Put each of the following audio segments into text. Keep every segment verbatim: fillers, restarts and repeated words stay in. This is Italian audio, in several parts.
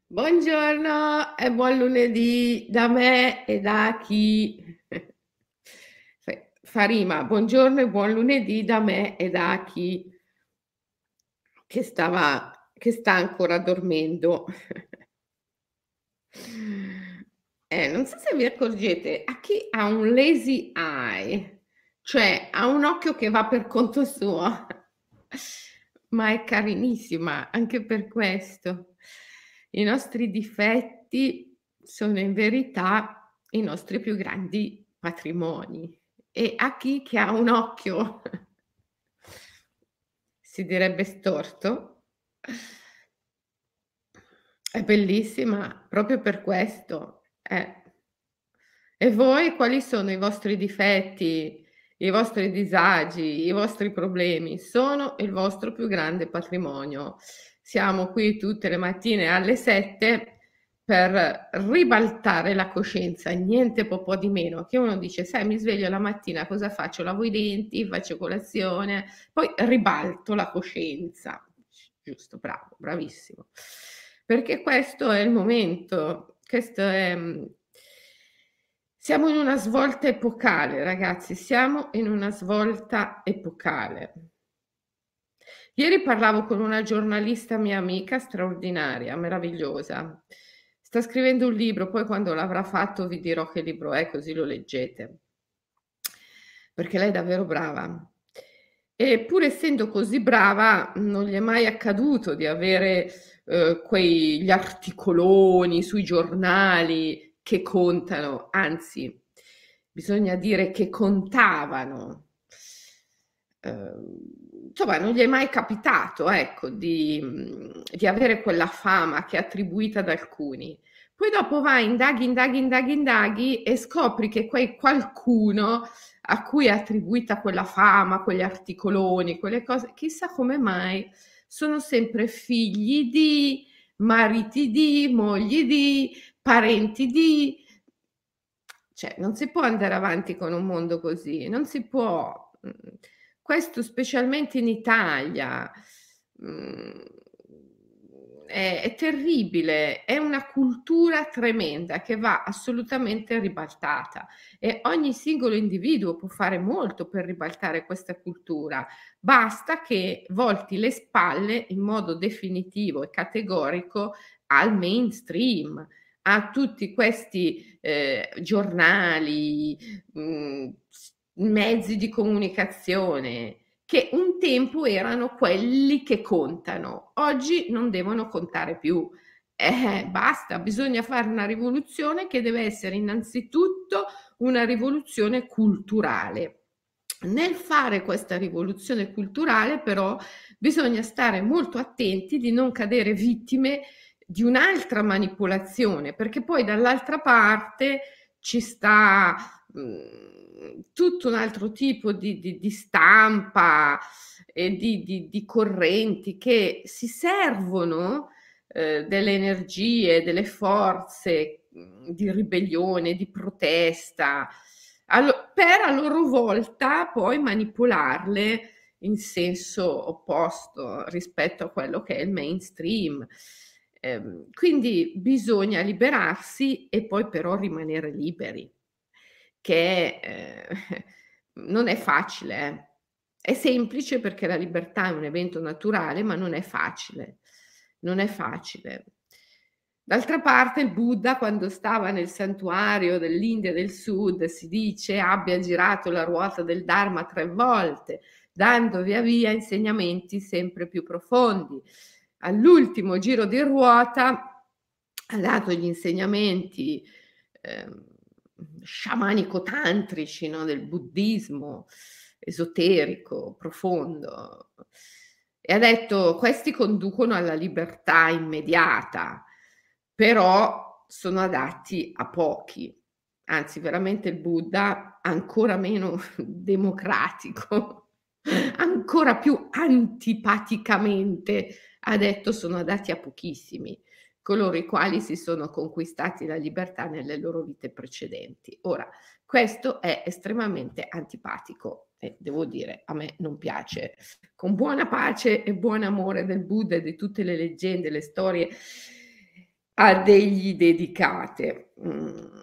Buongiorno e buon lunedì da me e da chi Fe fa rima, buongiorno e buon lunedì da me e da chi che stava che sta ancora dormendo. Eh, non so se vi accorgete, a chi ha un lazy eye, cioè ha un occhio che va per conto suo, ma è carinissima anche per questo. I nostri difetti sono in verità i nostri più grandi patrimoni. E a chi che ha un occhio si direbbe storto è bellissima proprio per questo, eh. E voi quali sono i vostri difetti, i vostri disagi, i vostri problemi? Sono il vostro più grande patrimonio. Siamo qui tutte le mattine alle sette per ribaltare la coscienza, niente po' po' di meno. Che uno dice: "Sai, mi sveglio la mattina, cosa faccio? Lavo i denti, faccio colazione, poi ribalto la coscienza". Giusto, bravo, bravissimo. Perché questo è il momento, questo è mhmm, siamo in una svolta epocale ragazzi, siamo in una svolta epocale. Ieri parlavo con una giornalista mia amica straordinaria, meravigliosa. Sta scrivendo un libro, poi quando l'avrà fatto vi dirò che libro è, così lo leggete. Perché lei è davvero brava. E pur essendo così brava, non gli è mai accaduto di avere, uhm, quegli articoloni sui giornali che contano, anzi, bisogna dire che contavano. Uhm, insomma, non gli è mai capitato, ecco, di mhmm, di avere quella fama che è attribuita ad alcuni. Poi dopo vai, indaghi, indaghi, indaghi, indaghi e scopri che quel qualcuno a cui è attribuita quella fama, quegli articoloni, quelle cose, chissà come mai sono sempre figli di, mariti di, mogli di, parenti di. Cioè, non si può andare avanti con un mondo così, non si può. Mhmm, questo specialmente in Italia, mhmm, è è terribile, è una cultura tremenda che va assolutamente ribaltata e ogni singolo individuo può fare molto per ribaltare questa cultura. Basta che volti le spalle in modo definitivo e categorico al mainstream, a tutti questi, ehm, giornali, mhmm, s mezzi di comunicazione che un tempo erano quelli che contano, oggi non devono contare più. Eh, basta, bisogna fare una rivoluzione che deve essere innanzitutto una rivoluzione culturale. Nel fare questa rivoluzione culturale però bisogna stare molto attenti di non cadere vittime di un'altra manipolazione, perché poi dall'altra parte ci sta mh, tutto un altro tipo di, di, di stampa e di, di, di correnti che si servono eh, delle energie, delle forze mh, di ribellione, di protesta, allo- per a loro volta poi manipolarle in senso opposto rispetto a quello che è il mainstream. Ehm, quindi bisogna liberarsi e poi però rimanere liberi, che ehm, non è facile, eh. È semplice perché la libertà è un evento naturale, ma non è facile. Non è facile. D'altra parte il Buddha quando stava nel santuario dell'India del Sud si dice abbia girato la ruota del Dharma tre volte, dando via via insegnamenti sempre più profondi. All'ultimo giro di ruota ha dato gli insegnamenti ehm, sciamanico-tantrici, no, del buddismo esoterico, profondo, e ha detto: "Questi conducono alla libertà immediata, però sono adatti a pochi". Anzi, veramente il Buddha ancora meno democratico, ancora più antipaticamente ha detto: "Sono adatti a pochissimi, coloro i quali si sono conquistati la libertà nelle loro vite precedenti". Ora, questo è estremamente antipatico e devo dire a me non piace. Con buona pace e buon amore del Buddha e di tutte le leggende, le storie a degli dedicate. Mhmm,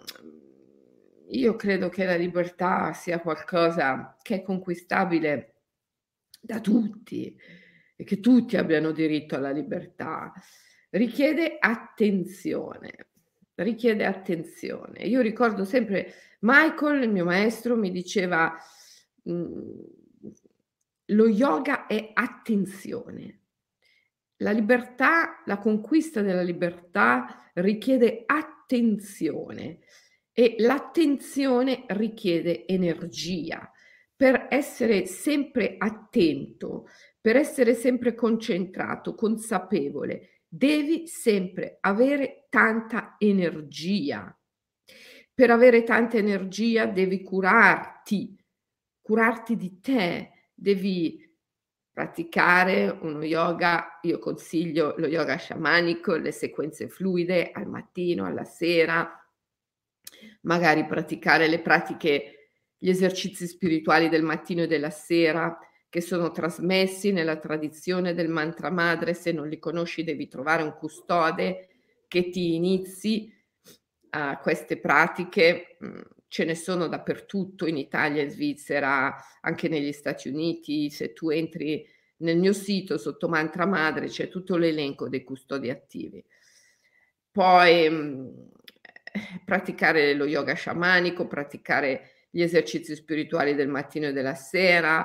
io credo che la libertà sia qualcosa che è conquistabile da tutti e che tutti abbiano diritto alla libertà. Richiede attenzione, richiede attenzione. Io ricordo sempre Michael, il mio maestro, mi diceva, mhmm, lo yoga è attenzione. La libertà, la conquista della libertà richiede attenzione e l'attenzione richiede energia. Per essere sempre attento, per essere sempre concentrato, consapevole, devi sempre avere tanta energia. Per avere tanta energia devi curarti, curarti di te, devi praticare uno yoga. Io consiglio lo yoga sciamanico, le sequenze fluide al mattino, alla sera, magari praticare le pratiche gli esercizi spirituali del mattino e della sera, che sono trasmessi nella tradizione del mantra madre. Se non li conosci devi trovare un custode che ti inizi a queste pratiche. Mhmm, ce ne sono dappertutto, in Italia, in Svizzera, anche negli Stati Uniti. Se tu entri nel mio sito sotto mantra madre c'è tutto l'elenco dei custodi attivi. Poi, mhmm, eh, praticare lo yoga sciamanico, praticare gli esercizi spirituali del mattino e della sera,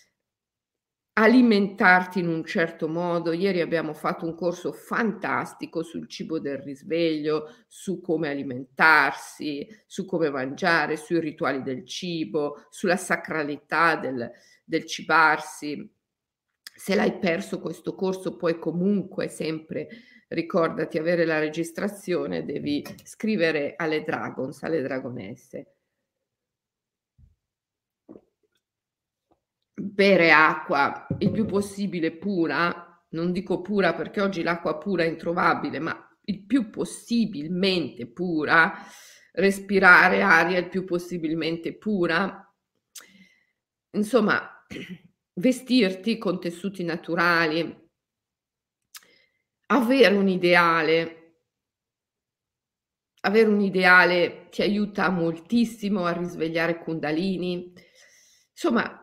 alimentarti in un certo modo. Ieri abbiamo fatto un corso fantastico sul cibo del risveglio, su come alimentarsi, su come mangiare, sui rituali del cibo, sulla sacralità del del cibarsi. Se l'hai perso questo corso, puoi comunque sempre, ricordati, avere la registrazione, devi scrivere alle Dragons, alle dragonesse. Bere acqua il più possibile pura, non dico pura perché oggi l'acqua pura è introvabile, ma il più possibilmente pura, respirare aria il più possibilmente pura. Insomma, vestirti con tessuti naturali, avere un ideale. Avere un ideale ti aiuta moltissimo a risvegliare Kundalini. Insomma,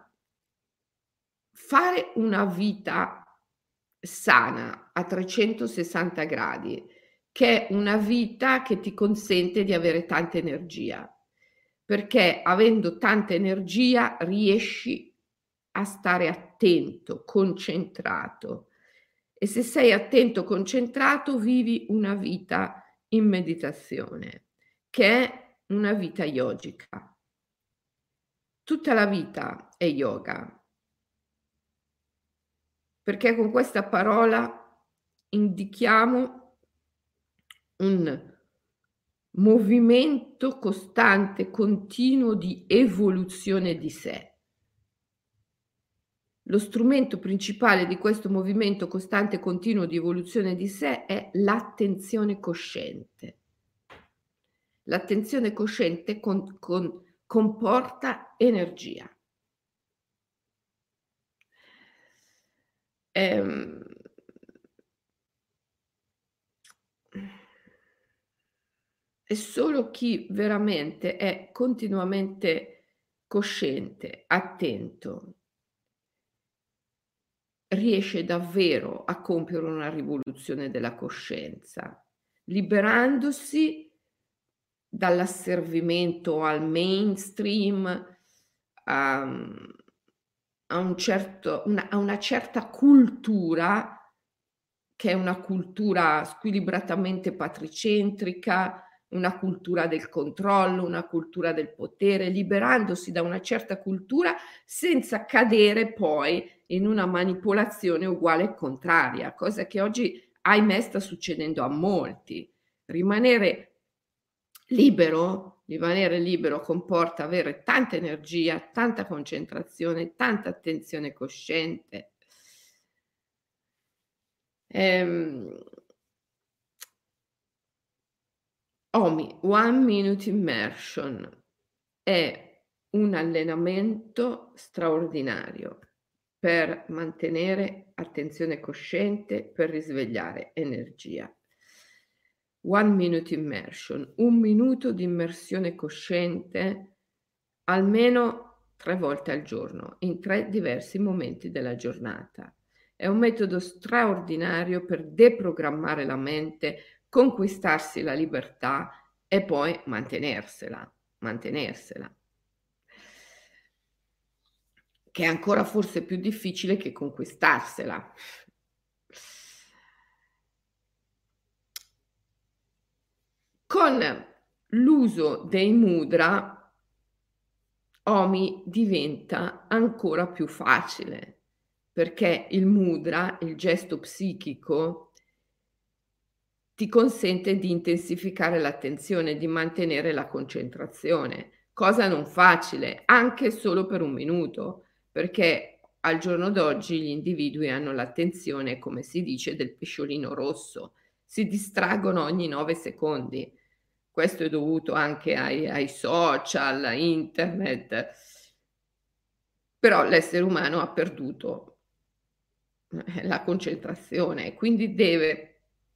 fare una vita sana a trecentosessanta gradi, che è una vita che ti consente di avere tanta energia, perché avendo tanta energia riesci a stare attento, concentrato, e se sei attento, concentrato, vivi una vita in meditazione, che è una vita yogica. Tutta la vita è yoga. Perché con questa parola indichiamo un movimento costante, continuo di evoluzione di sé. Lo strumento principale di questo movimento costante e continuo di evoluzione di sé è l'attenzione cosciente. L'attenzione cosciente con, con, comporta energia. Ehm, E solo chi veramente è continuamente cosciente, attento, riesce davvero a compiere una rivoluzione della coscienza, liberandosi dall'asservimento al mainstream, a, mhmm, a un certo una a una certa cultura, che è una cultura squilibratamente patricentrica, una cultura del controllo, una cultura del potere, liberandosi da una certa cultura senza cadere poi in una manipolazione uguale e contraria, cosa che oggi, ahimè, sta succedendo a molti. Rimanere libero rimanere libero comporta avere tanta energia, tanta concentrazione, tanta attenzione cosciente. Ehm OMI, One Minute Immersion, è un allenamento straordinario per mantenere attenzione cosciente, per risvegliare energia. One minute immersion, un minuto di immersione cosciente almeno tre volte al giorno, in tre diversi momenti della giornata. È un metodo straordinario per deprogrammare la mente, conquistarsi la libertà e poi mantenersela, mantenersela. Che è ancora forse più difficile che conquistarsela. Con l'uso dei mudra, Omi diventa ancora più facile, perché il mudra, il gesto psichico, ti consente di intensificare l'attenzione, di mantenere la concentrazione, cosa non facile, anche solo per un minuto, perché al giorno d'oggi gli individui hanno l'attenzione, come si dice, del pesciolino rosso, si distraggono ogni nove secondi. Questo è dovuto anche ai ai social, a internet, però l'essere umano ha perduto eh, la concentrazione e quindi deve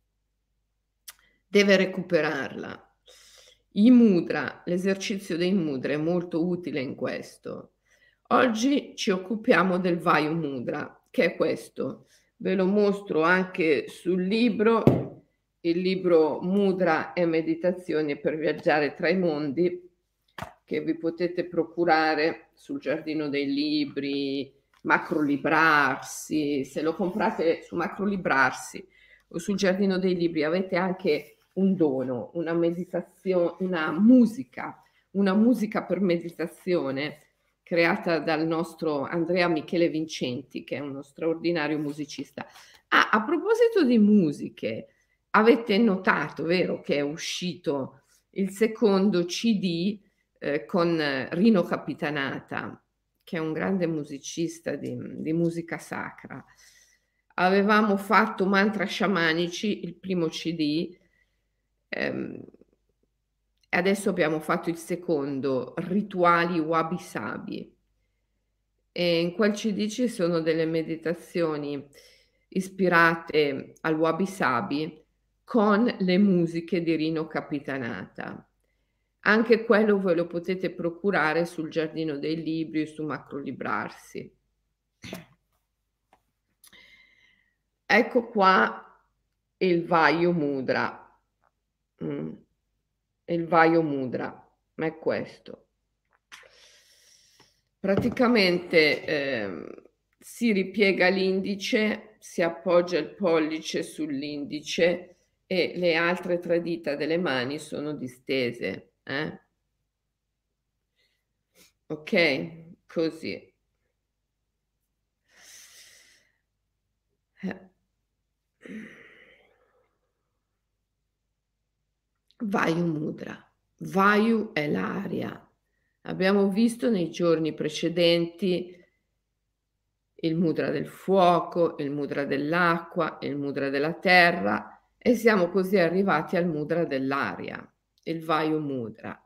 deve recuperarla. I mudra, l'esercizio dei mudra è molto utile in questo. Oggi ci occupiamo del Vayu Mudra, che è questo. Ve lo mostro anche sul libro, il libro Mudra e meditazioni per viaggiare tra i mondi, che vi potete procurare sul Giardino dei Libri, Macrolibrarsi. Se lo comprate su Macrolibrarsi o sul Giardino dei Libri avete anche un dono, una meditazione, una musica, una musica per meditazione creata dal nostro Andrea Michele Vincenti, che è uno straordinario musicista. Ah, a proposito di musiche, avete notato, vero, che è uscito il secondo C D eh, con Rino Capitanata, che è un grande musicista di, di musica sacra. Avevamo fatto Mantra Sciamanici, il primo C D, ehm, e adesso abbiamo fatto il secondo, Rituali Wabi Sabi. E in quel C D ci sono delle meditazioni ispirate al Wabi Sabi con le musiche di Rino Capitanata. Anche quello ve lo potete procurare sul Giardino dei Libri o su Macrolibrarsi. Ecco qua il Vayu Mudra. Mm. Il Vayu Mudra è questo. Praticamente eh, si ripiega l'indice, si appoggia il pollice sull'indice e le altre tre dita delle mani sono distese. Eh? Ok, così. Eh. Vayu Mudra. Vayu è l'aria. Abbiamo visto nei giorni precedenti il mudra del fuoco, il mudra dell'acqua, il mudra della terra e siamo così arrivati al mudra dell'aria, il Vayu Mudra.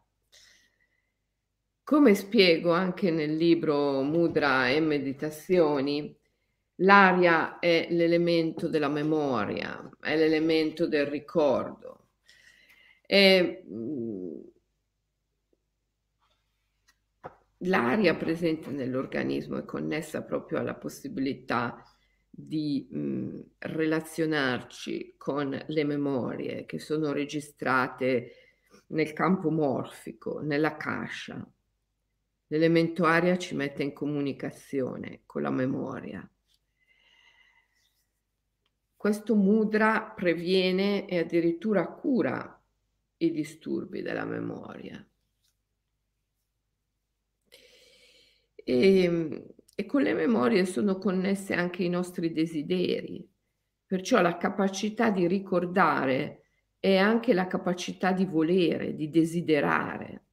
Come spiego anche nel libro Mudra e Meditazioni, l'aria è l'elemento della memoria, è l'elemento del ricordo. E, l'aria presente nell'organismo è connessa proprio alla possibilità di mh, relazionarci con le memorie che sono registrate nel campo morfico, nella cascia. L'elemento aria ci mette in comunicazione con la memoria. Questo mudra previene e addirittura cura i disturbi della memoria. E, e con le memorie sono connesse anche i nostri desideri, perciò la capacità di ricordare è anche la capacità di volere, di desiderare,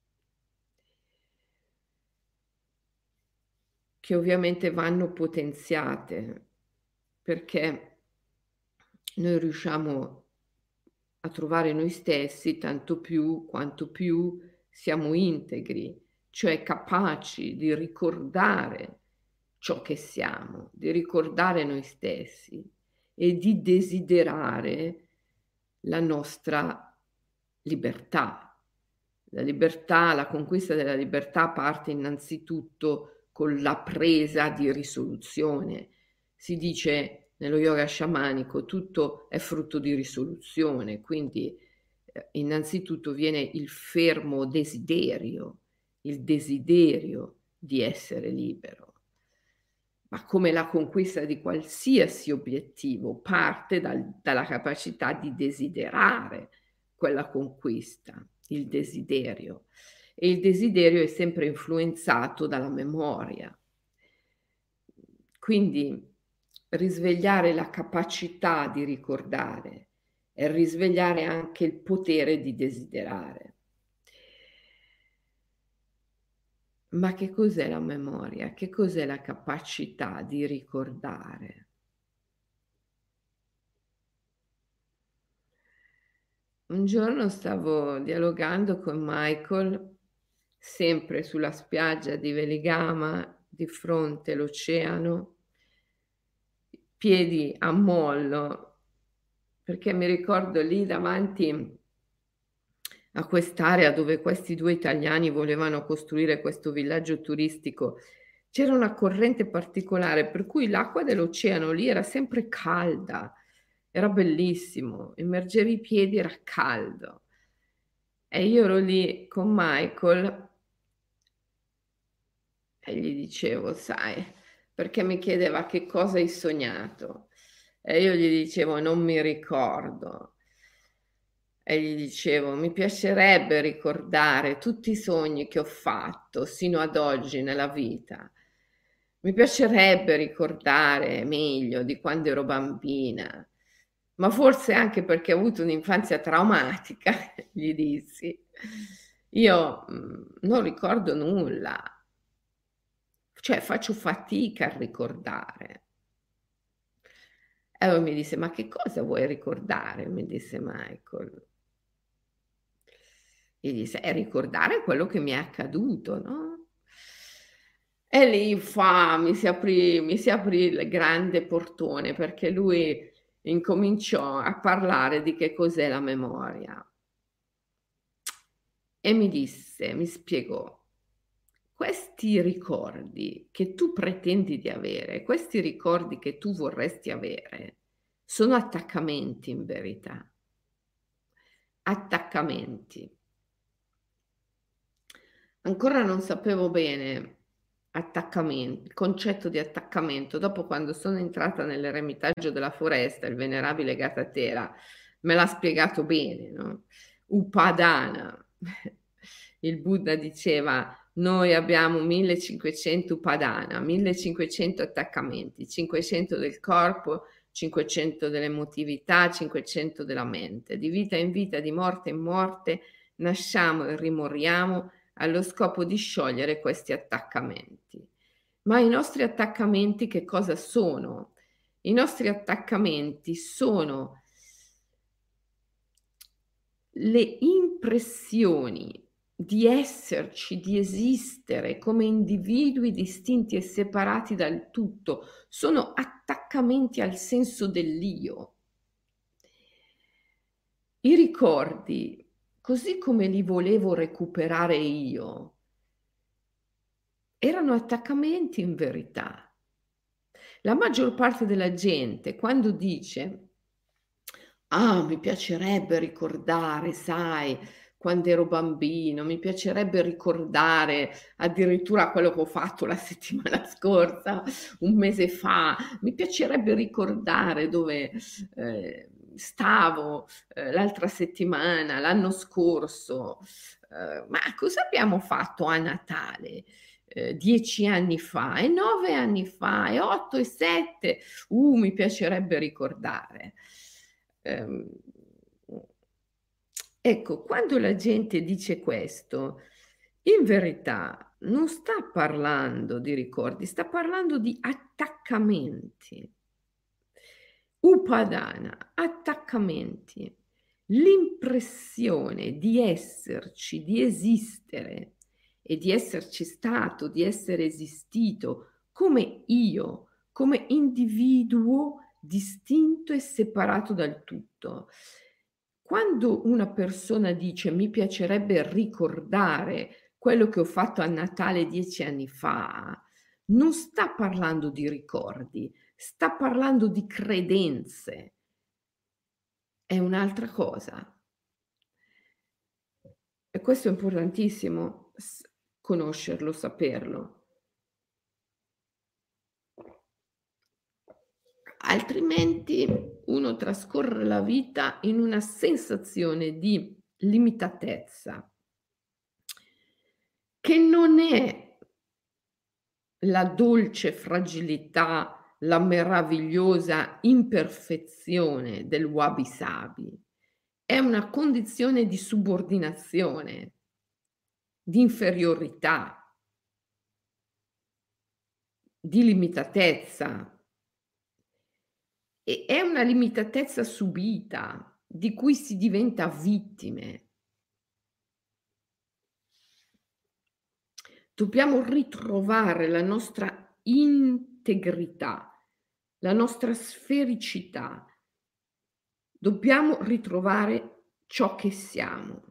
che ovviamente vanno potenziate, perché noi riusciamo a trovare noi stessi tanto più quanto più siamo integri, cioè capaci di ricordare ciò che siamo, di ricordare noi stessi e di desiderare la nostra libertà. La libertà, la conquista della libertà parte innanzitutto con la presa di risoluzione. Si dice nello yoga sciamanico tutto è frutto di risoluzione, quindi eh, innanzitutto viene il fermo desiderio, il desiderio di essere libero. Ma come la conquista di qualsiasi obiettivo parte dal, dalla capacità di desiderare quella conquista, il desiderio. E il desiderio è sempre influenzato dalla memoria. Quindi risvegliare la capacità di ricordare e risvegliare anche il potere di desiderare. Ma che cos'è la memoria? Che cos'è la capacità di ricordare? Un giorno stavo dialogando con Michael, sempre sulla spiaggia di Veligama, di fronte all'oceano, piedi a mollo, perché mi ricordo lì davanti a quest'area dove questi due italiani volevano costruire questo villaggio turistico, c'era una corrente particolare per cui l'acqua dell'oceano lì era sempre calda, era bellissimo, immergevi i piedi, era caldo. E io ero lì con Michael e gli dicevo, sai, perché mi chiedeva che cosa hai sognato. E io gli dicevo, non mi ricordo. E gli dicevo, mi piacerebbe ricordare tutti i sogni che ho fatto sino ad oggi nella vita. Mi piacerebbe ricordare meglio di quando ero bambina, ma forse anche perché ho avuto un'infanzia traumatica, gli dissi. Io mh, non ricordo nulla, cioè faccio fatica a ricordare. E allora mi disse, ma che cosa vuoi ricordare? Mi disse Michael. E disse, è ricordare quello che mi è accaduto, no? E lì fa, mi si aprì, mi si aprì il grande portone perché lui incominciò a parlare di che cos'è la memoria. E mi disse, mi spiegò, questi ricordi che tu pretendi di avere, questi ricordi che tu vorresti avere, sono attaccamenti in verità. Attaccamenti. Ancora non sapevo bene attaccamento, il concetto di attaccamento. Dopo, quando sono entrata nell'eremitaggio della foresta, il venerabile Gatatera me l'ha spiegato bene, no? Upadana. Il Buddha diceva, noi abbiamo millecinquecento upadana, millecinquecento attaccamenti, cinquecento del corpo, cinquecento dell'emotività, cinquecento della mente. Di vita in vita, di morte in morte, nasciamo e rimoriamo allo scopo di sciogliere questi attaccamenti. Ma i nostri attaccamenti che cosa sono? I nostri attaccamenti sono le impressioni di esserci, di esistere come individui distinti e separati dal tutto, sono attaccamenti al senso dell'io. I ricordi, così come li volevo recuperare io, erano attaccamenti in verità. La maggior parte della gente, quando dice ah, mi piacerebbe ricordare, sai, quando ero bambino, mi piacerebbe ricordare addirittura quello che ho fatto la settimana scorsa, un mese fa, mi piacerebbe ricordare dove eh, stavo eh, l'altra settimana, l'anno scorso. Eh, ma cosa abbiamo fatto a Natale? Eh, dieci anni fa, e nove anni fa, e otto e sette. Uh, mi piacerebbe ricordare. Ehm, ecco, quando la gente dice questo, in verità non sta parlando di ricordi, sta parlando di attaccamenti. Upadana, attaccamenti, l'impressione di esserci, di esistere e di esserci stato, di essere esistito come io, come individuo distinto e separato dal tutto. Quando una persona dice: "Mi piacerebbe ricordare quello che ho fatto a Natale dieci anni fa", non sta parlando di ricordi, sta parlando di credenze. È un'altra cosa. E questo è importantissimo s conoscerlo, saperlo. Altrimenti uno trascorre la vita in una sensazione di limitatezza che non è la dolce fragilità, la meravigliosa imperfezione del wabi sabi, è una condizione di subordinazione, di inferiorità, di limitatezza. E è una limitatezza subita, di cui si diventa vittime. Dobbiamo ritrovare la nostra integrità, la nostra sfericità. Dobbiamo ritrovare ciò che siamo.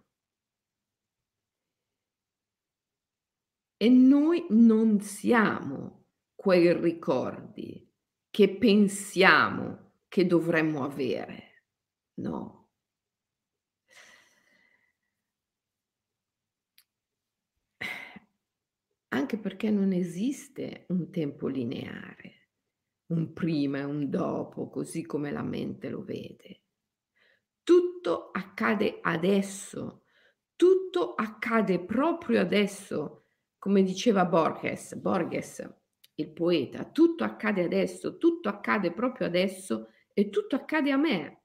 E noi non siamo quei ricordi che pensiamo che dovremmo avere. No. Anche perché non esiste un tempo lineare, un prima e un dopo, così come la mente lo vede. Tutto accade adesso, tutto accade proprio adesso, come diceva Borges Borges, il poeta, tutto accade adesso, tutto accade proprio adesso e tutto accade a me.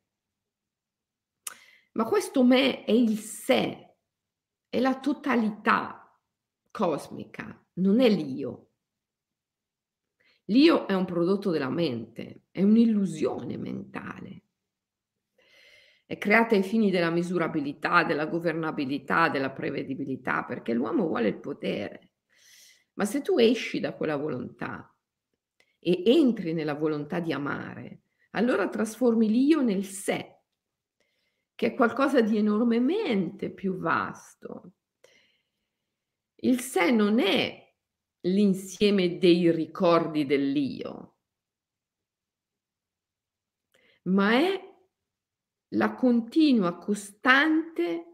Ma questo me è il sé, è la totalità cosmica, non è l'io. L'io è un prodotto della mente, è un'illusione mentale. È creata ai fini della misurabilità, della governabilità, della prevedibilità, perché l'uomo vuole il potere. Ma se tu esci da quella volontà e entri nella volontà di amare, allora trasformi l'io nel sé, che è qualcosa di enormemente più vasto. Il sé non è l'insieme dei ricordi dell'io, ma è la continua, costante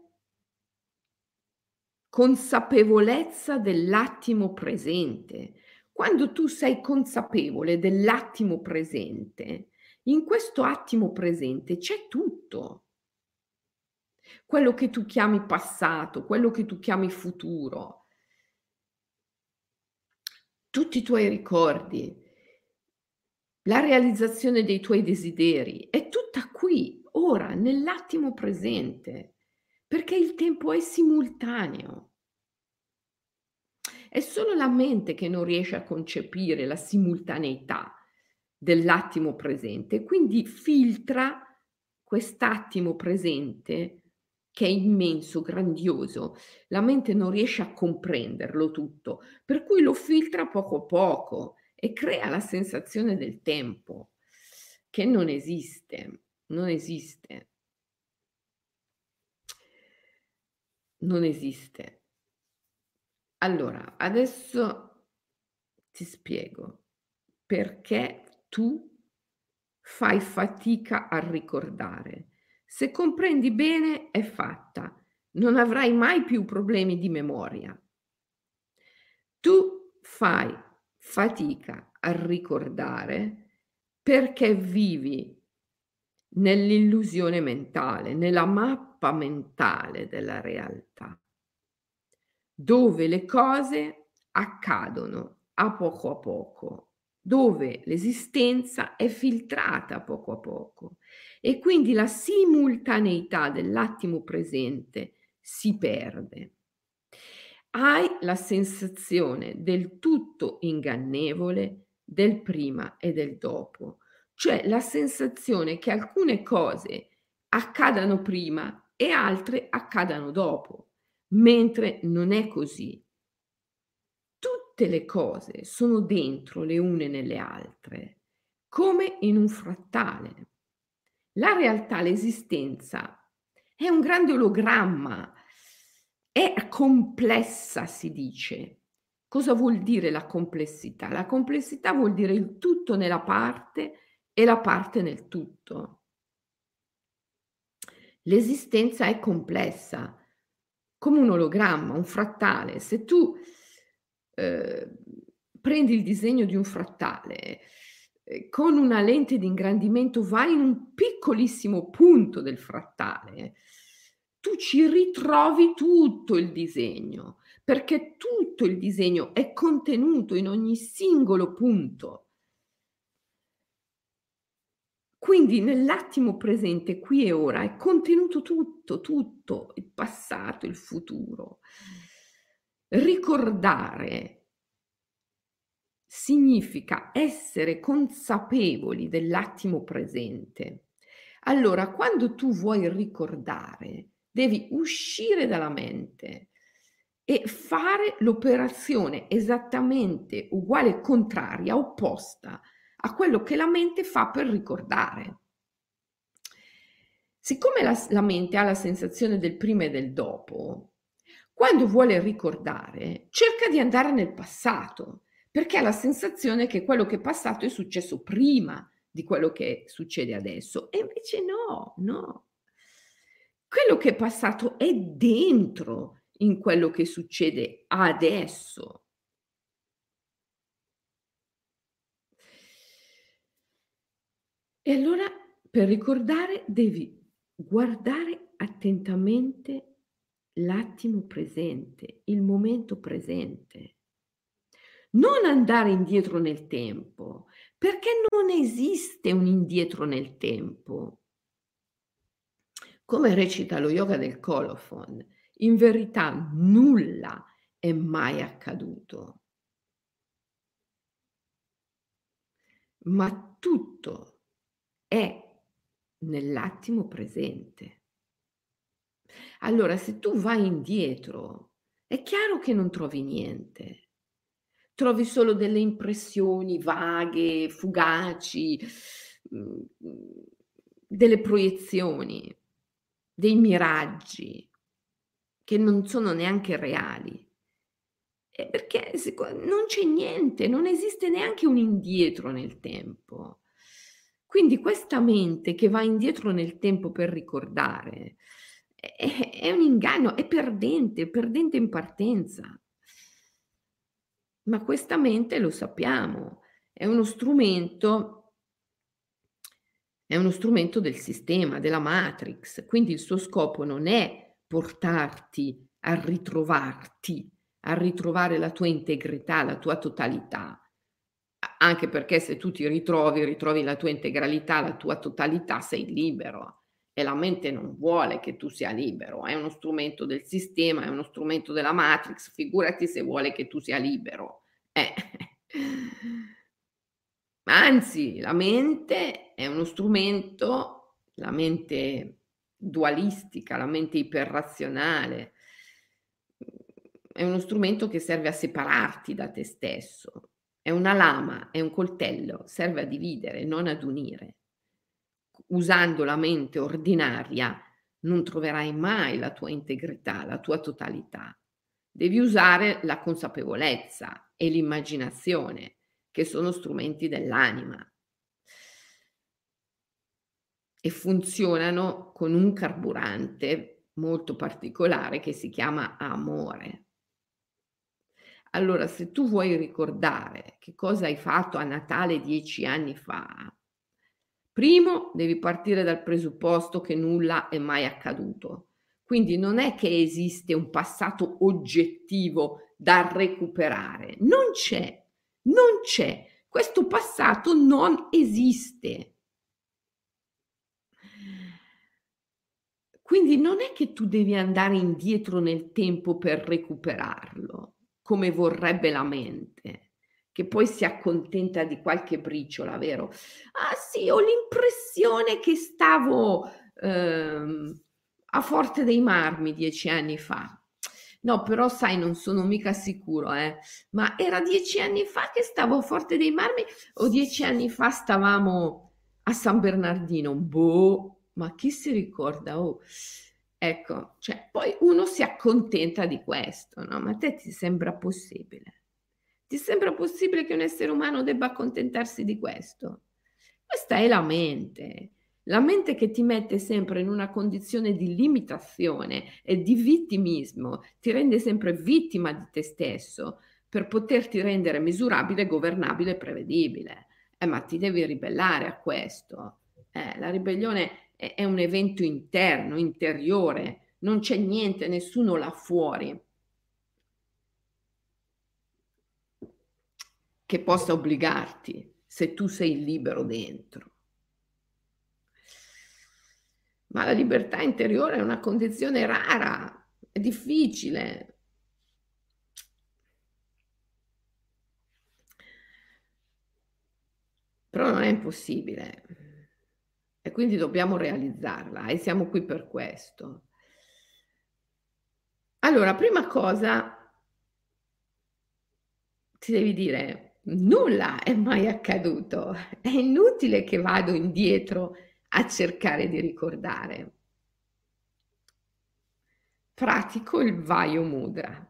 consapevolezza dell'attimo presente. Quando tu sei consapevole dell'attimo presente, in questo attimo presente c'è tutto. Quello che tu chiami passato, quello che tu chiami futuro, tutti i tuoi ricordi, la realizzazione dei tuoi desideri, è tutta qui, ora, nell'attimo presente, perché il tempo è simultaneo. È solo la mente che non riesce a concepire la simultaneità dell'attimo presente e quindi filtra quest'attimo presente che è immenso, grandioso. La mente non riesce a comprenderlo tutto, per cui lo filtra poco a poco e crea la sensazione del tempo, che non esiste, non esiste. Non esiste. Allora, adesso ti spiego perché tu fai fatica a ricordare. Se comprendi bene è fatta, non avrai mai più problemi di memoria. Tu fai fatica a ricordare perché vivi nell'illusione mentale, nella mappa mentale della realtà, dove le cose accadono a poco a poco, dove l'esistenza è filtrata poco a poco e quindi la simultaneità dell'attimo presente si perde. Hai la sensazione del tutto ingannevole del prima e del dopo, cioè la sensazione che alcune cose accadano prima e altre accadano dopo, mentre non è così. Tutte le cose sono dentro le une nelle altre, come in un frattale. La realtà, l'esistenza è un grande ologramma, è complessa, si dice. Cosa vuol dire la complessità? La complessità vuol dire il tutto nella parte e la parte nel tutto. L'esistenza è complessa, come un ologramma, un frattale. Se tu, ehm, prendi il disegno di un frattale, ehm, con una lente di ingrandimento vai in un piccolissimo punto del frattale, tu ci ritrovi tutto il disegno, perché tutto il disegno è contenuto in ogni singolo punto. Quindi nell'attimo presente, qui e ora, è contenuto tutto, tutto, il passato, il futuro. Ricordare significa essere consapevoli dell'attimo presente. Allora, quando tu vuoi ricordare, devi uscire dalla mente e fare l'operazione esattamente uguale, contraria, opposta a quello che la mente fa per ricordare. Siccome la, la mente ha la sensazione del prima e del dopo, quando vuole ricordare, cerca di andare nel passato, perché ha la sensazione che quello che è passato è successo prima di quello che succede adesso. E invece no, no. Quello che è passato è dentro in quello che succede adesso. E allora per ricordare devi guardare attentamente l'attimo presente, il momento presente. Non andare indietro nel tempo, perché non esiste un indietro nel tempo. Come recita lo yoga del colophon, in verità nulla è mai accaduto, ma tutto è nell'attimo presente. Allora, se tu vai indietro, è chiaro che non trovi niente. Trovi solo delle impressioni vaghe, fugaci, mhmm, delle proiezioni, dei miraggi che non sono neanche reali. Eh, perché seco non c'è niente, non esiste neanche un indietro nel tempo. Quindi questa mente che va indietro nel tempo per ricordare è è un inganno, è perdente, perdente in partenza. Ma questa mente, lo sappiamo, è uno strumento è uno strumento del sistema, della matrix, quindi il suo scopo non è portarti a ritrovarti, a ritrovare la tua integrità, la tua totalità. A anche perché se tu ti ritrovi, ritrovi la tua integralità, la tua totalità, sei libero e la mente non vuole che tu sia libero, è uno strumento del sistema, è uno strumento della matrix, figurati se vuole che tu sia libero. Eh. Anzi, la mente è uno strumento, la mente dualistica, la mente iperrazionale, mhmm, è uno strumento che serve a separarti da te stesso. È una lama, è un coltello, serve a dividere, non ad unire. Usando la mente ordinaria non troverai mai la tua integrità, la tua totalità. Devi usare la consapevolezza e l'immaginazione, che sono strumenti dell'anima e funzionano con un carburante molto particolare che si chiama amore. Allora, se tu vuoi ricordare che cosa hai fatto a Natale dieci anni fa, primo devi partire dal presupposto che nulla è mai accaduto. Quindi non è che esiste un passato oggettivo da recuperare, non c'è, non c'è. Questo passato non esiste. Quindi non è che tu devi andare indietro nel tempo per recuperarlo, come vorrebbe la mente, che poi si accontenta di qualche briciola, vero? "Ah sì, ho l'impressione che stavo, ehm, a Forte dei Marmi dieci anni fa. No, però sai non sono mica sicuro, eh, ma era dieci anni fa che stavo a Forte dei Marmi o dieci anni fa stavamo a San Bernardino? Boh, ma chi si ricorda, oh?" Ecco, cioè poi uno si accontenta di questo, no, ma a te ti sembra possibile? Ti sembra possibile che un essere umano debba accontentarsi di questo? Questa è la mente. La mente che ti mette sempre in una condizione di limitazione e di vittimismo, ti rende sempre vittima di te stesso per poterti rendere misurabile, governabile e prevedibile. Eh, ma ti devi ribellare a questo. Eh, la ribellione è, è un evento interno, interiore, non c'è niente, nessuno là fuori che possa obbligarti se tu sei libero dentro. Ma la libertà interiore è una condizione rara, è difficile. Però non è impossibile e quindi dobbiamo realizzarla e siamo qui per questo. Allora, prima cosa ti devi dire: nulla è mai accaduto, è inutile che vado indietro a cercare di ricordare. Pratico il Vayu Mudra.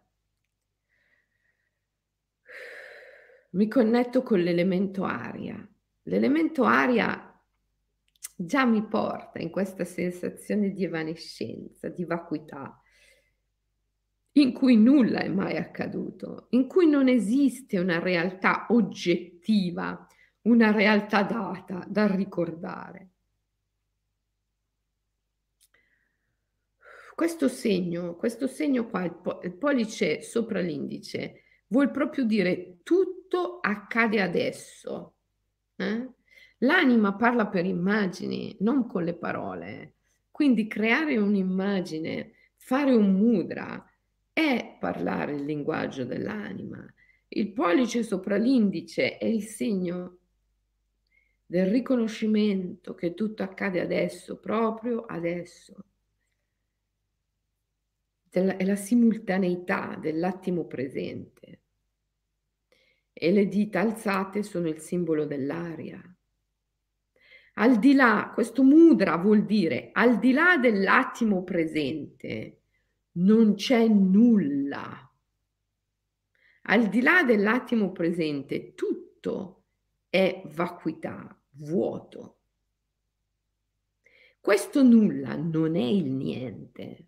Mi connetto con l'elemento aria. L'elemento aria già mi porta in questa sensazione di evanescenza, di vacuità, in cui nulla è mai accaduto, in cui non esiste una realtà oggettiva, una realtà data da ricordare. Questo segno, questo segno qua, il, po- il pollice sopra l'indice, vuol proprio dire tutto accade adesso. eh? L'anima parla per immagini, non con le parole. Quindi creare un'immagine, fare un mudra, è parlare il linguaggio dell'anima. Il pollice sopra l'indice è il segno del riconoscimento che tutto accade adesso, proprio adesso. È la simultaneità dell'attimo presente. E le dita alzate sono il simbolo dell'aria. Al di là, questo mudra vuol dire al di là dell'attimo presente non c'è nulla. Al di là dell'attimo presente tutto è vacuità, vuoto. Questo nulla non è il niente,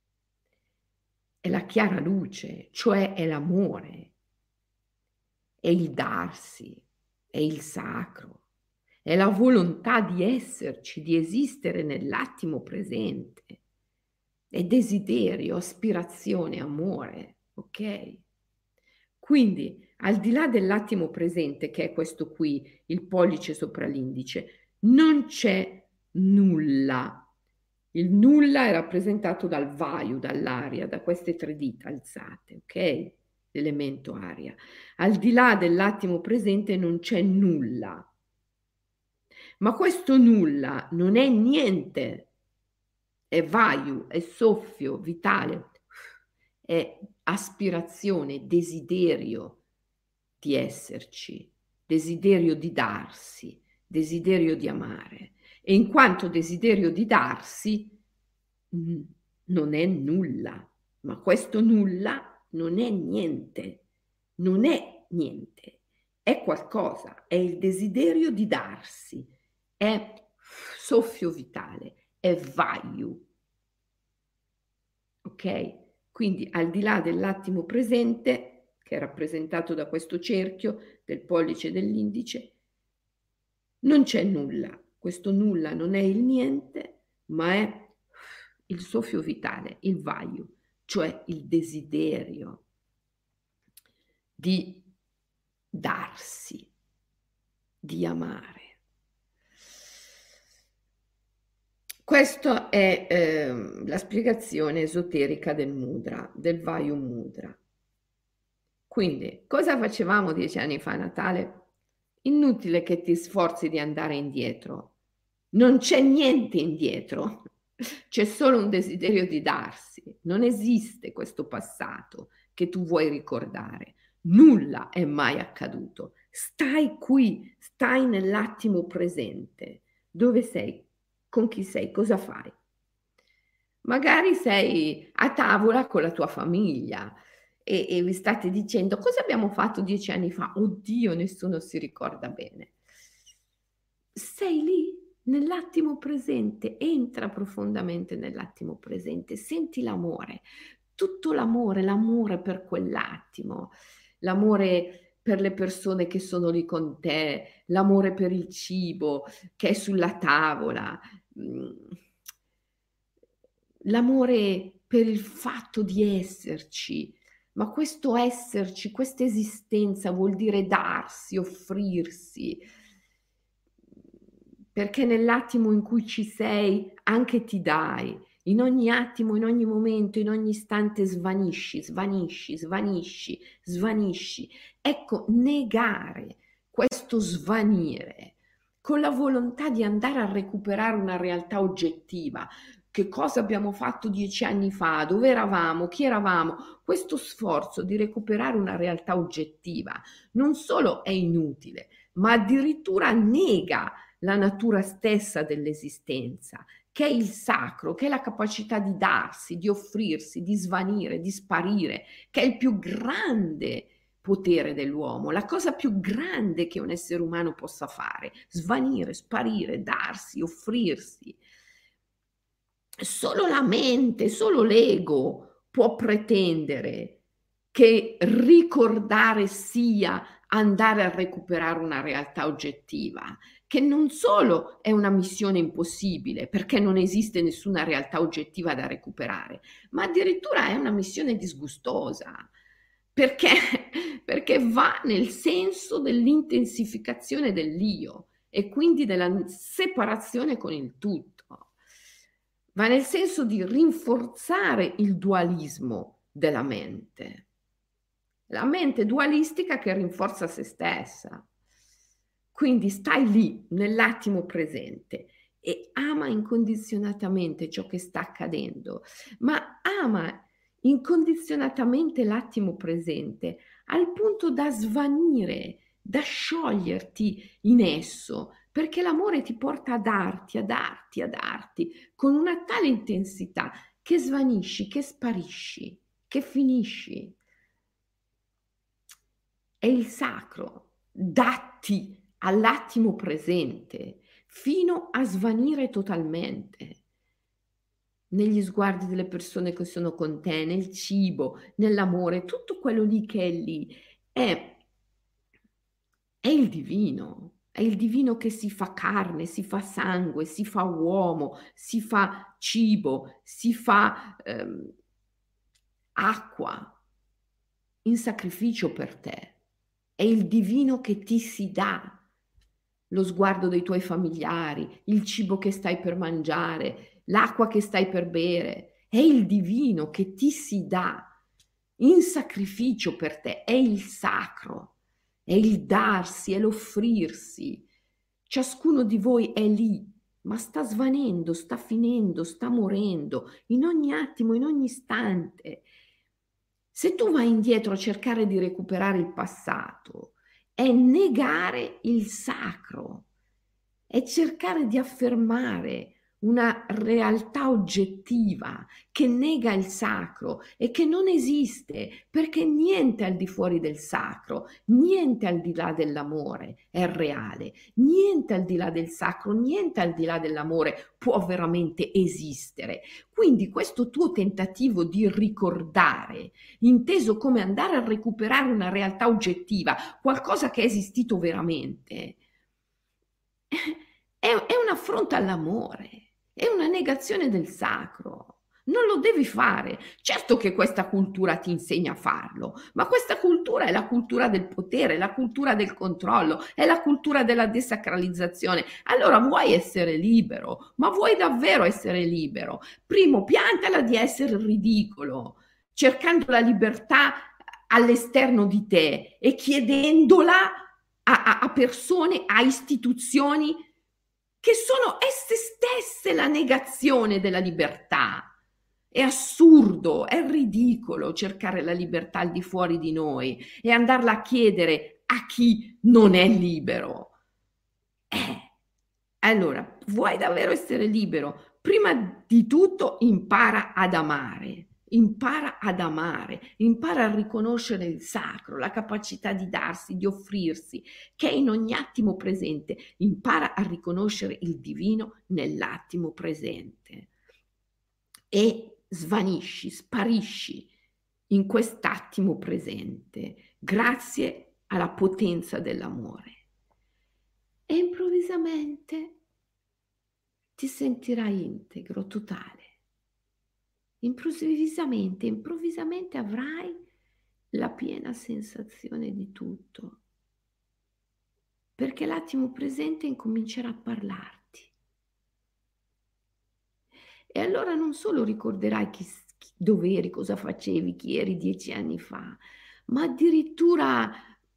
è la chiara luce, cioè è l'amore, è il darsi, è il sacro, è la volontà di esserci, di esistere nell'attimo presente, è desiderio, aspirazione, amore, ok? Quindi, al di là dell'attimo presente, che è questo qui, il pollice sopra l'indice, non c'è nulla. Il nulla è rappresentato dal vayu, dall'aria, da queste tre dita alzate, ok? L'elemento aria. Al di là dell'attimo presente non c'è nulla. Ma questo nulla non è niente, è vayu, è soffio vitale, è aspirazione, desiderio di esserci, desiderio di darsi, desiderio di amare. E in quanto desiderio di darsi, mh, non è nulla, ma questo nulla non è niente, non è niente, è qualcosa, è il desiderio di darsi, è soffio vitale, è vayu. Ok? Quindi al di là dell'attimo presente, che è rappresentato da questo cerchio del pollice e dell'indice, non c'è nulla. Questo nulla non è il niente, ma è il soffio vitale, il vayu, cioè il desiderio di darsi, di amare. Questa è eh, la spiegazione esoterica del mudra, del Vayu Mudra. Quindi, cosa facevamo dieci anni fa a Natale? Inutile che ti sforzi di andare indietro. Non c'è niente indietro, c'è solo un desiderio di darsi. Non esiste questo passato che tu vuoi ricordare. Nulla è mai accaduto. Stai qui, stai nell'attimo presente. Dove sei? Con chi sei? Cosa fai? Magari sei a tavola con la tua famiglia e e vi state dicendo: "Cosa abbiamo fatto dieci anni fa?" "Oddio, nessuno si ricorda bene." Sei lì, nell'attimo presente, entra profondamente nell'attimo presente, senti l'amore, tutto l'amore, l'amore per quell'attimo, l'amore per le persone che sono lì con te, l'amore per il cibo che è sulla tavola, mhmm, l'amore per il fatto di esserci, ma questo esserci, questa esistenza vuol dire darsi, offrirsi, perché nell'attimo in cui ci sei anche ti dai. In ogni attimo, in ogni momento, in ogni istante svanisci, svanisci, svanisci, svanisci. Ecco, negare questo svanire con la volontà di andare a recuperare una realtà oggettiva. Che cosa abbiamo fatto dieci anni fa? Dove eravamo? Chi eravamo? Questo sforzo di recuperare una realtà oggettiva non solo è inutile, ma addirittura nega la natura stessa dell'esistenza, che è il sacro, che è la capacità di darsi, di offrirsi, di svanire, di sparire, che è il più grande potere dell'uomo, la cosa più grande che un essere umano possa fare, svanire, sparire, darsi, offrirsi. Solo la mente, solo l'ego può pretendere che ricordare sia andare a recuperare una realtà oggettiva, che non solo è una missione impossibile, perché non esiste nessuna realtà oggettiva da recuperare, ma addirittura è una missione disgustosa, perché perché va nel senso dell'intensificazione dell'io e quindi della n separazione con il tutto. Va nel senso di rinforzare il dualismo della mente. La mente dualistica che rinforza se stessa. Quindi stai lì, nell'attimo presente e ama incondizionatamente ciò che sta accadendo, ma ama incondizionatamente l'attimo presente al punto da svanire, da scioglierti in esso, perché l'amore ti porta a darti, a darti, a darti con una tale intensità che svanisci, che sparisci, che finisci. È il sacro, datti all'attimo presente fino a svanire totalmente. Negli sguardi delle persone che sono con te, nel cibo, nell'amore, tutto quello lì che è lì è è il divino, è il divino che si fa carne, si fa sangue, si fa uomo, si fa cibo, si fa, ehm, acqua in sacrificio per te. È il divino che ti si dà. Lo sguardo dei tuoi familiari, il cibo che stai per mangiare, l'acqua che stai per bere. È il divino che ti si dà in sacrificio per te, è il sacro, è il darsi, è l'offrirsi. Ciascuno di voi è lì, ma sta svanendo, sta finendo, sta morendo in ogni attimo, in ogni istante. Se tu vai indietro a cercare di recuperare il passato, è negare il sacro, è cercare di affermare una realtà oggettiva che nega il sacro e che non esiste, perché niente al di fuori del sacro, niente al di là dell'amore è reale, niente al di là del sacro, niente al di là dell'amore può veramente esistere. Quindi questo tuo tentativo di ricordare, inteso come andare a recuperare una realtà oggettiva, qualcosa che è esistito veramente, è, è un affronto all'amore, è una negazione del sacro. Non lo devi fare. Certo che questa cultura ti insegna a farlo, ma questa cultura è la cultura del potere, la cultura del controllo, è la cultura della desacralizzazione. Allora vuoi essere libero, ma vuoi davvero essere libero? Primo, piantala di essere ridicolo, cercando la libertà all'esterno di te e chiedendola a, a, a persone, a istituzioni che sono esse stesse la negazione della libertà. È assurdo, è ridicolo cercare la libertà al di fuori di noi e andarla a chiedere a chi non è libero. Eh, allora, vuoi davvero essere libero? Prima di tutto impara ad amare, impara ad amare, impara a riconoscere il sacro, la capacità di darsi, di offrirsi, che è in ogni attimo presente. Impara a riconoscere il divino nell'attimo presente e svanisci, sparisci in quest'attimo presente, grazie alla potenza dell'amore. E improvvisamente ti sentirai integro, totale. Improvvisamente, improvvisamente avrai la piena sensazione di tutto, perché l'attimo presente incomincerà a parlarti. E allora non solo ricorderai chi, chi, dove eri, cosa facevi, chi eri dieci anni fa, ma addirittura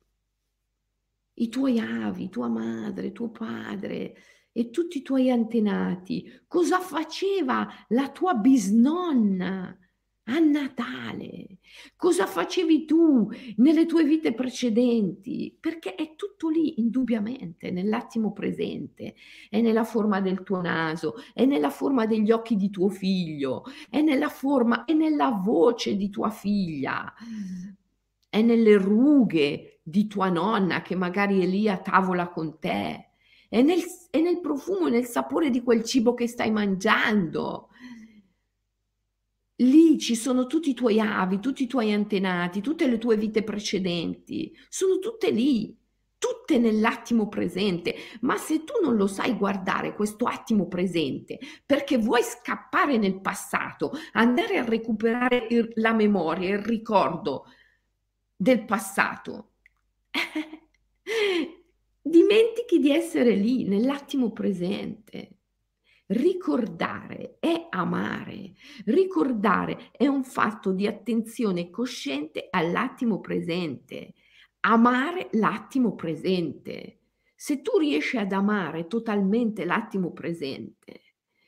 i tuoi avi, tua madre, tuo padre e tutti i tuoi antenati, cosa faceva la tua bisnonna a Natale, cosa facevi tu nelle tue vite precedenti, perché è tutto lì, indubbiamente, nell'attimo presente, è nella forma del tuo naso, è nella forma degli occhi di tuo figlio, è nella forma, è nella voce di tua figlia, è nelle rughe di tua nonna che magari è lì a tavola con te, è nel, è nel profumo e nel sapore di quel cibo che stai mangiando. Lì ci sono tutti i tuoi avi, tutti i tuoi antenati, tutte le tue vite precedenti, sono tutte lì, tutte nell'attimo presente. Ma se tu non lo sai guardare, questo attimo presente, perché vuoi scappare nel passato, andare a recuperare il, la memoria, il ricordo del passato, dimentichi di essere lì, nell'attimo presente. Ricordare è amare, ricordare è un fatto di attenzione cosciente all'attimo presente, amare l'attimo presente. Se tu riesci ad amare totalmente l'attimo presente,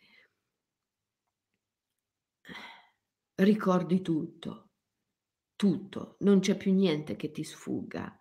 ricordi tutto, tutto, non c'è più niente che ti sfugga.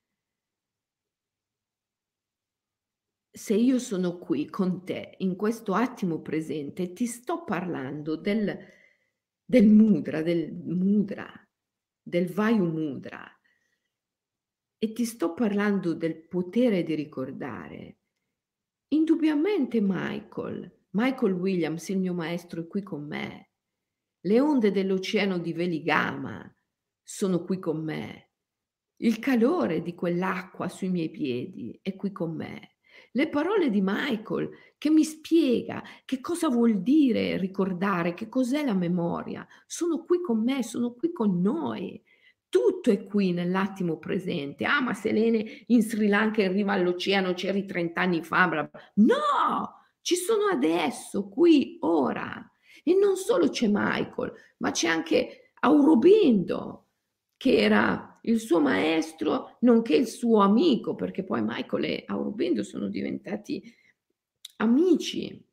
Se io sono qui con te in questo attimo presente, ti sto parlando del, del mudra, del mudra, del vayu mudra, e ti sto parlando del potere di ricordare. Indubbiamente Michael, Michael Williams, il mio maestro, è qui con me. Le onde dell'oceano di Veligama sono qui con me. Il calore di quell'acqua sui miei piedi è qui con me. Le parole di Michael che mi spiega che cosa vuol dire ricordare, che cos'è la memoria, sono qui con me, sono qui con noi. Tutto è qui nell'attimo presente. Ah, ma Selene in Sri Lanka in riva all'oceano c'eri trent'anni fa. Bla bla. No, ci sono adesso, qui, ora. E non solo c'è Michael, ma c'è anche Aurobindo, che era il suo maestro, nonché il suo amico, perché poi Michael e Aurobindo sono diventati amici.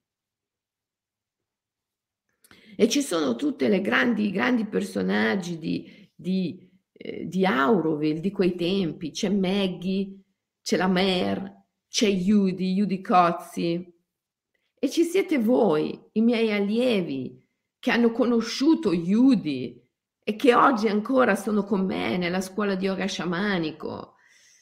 E ci sono tutte le grandi, grandi personaggi di, di, eh, di Auroville di quei tempi. C'è Maggie, c'è la Mare, c'è Judy, Judy Cozzi. E ci siete voi, i miei allievi, che hanno conosciuto Judy e che oggi ancora sono con me nella scuola di yoga sciamanico.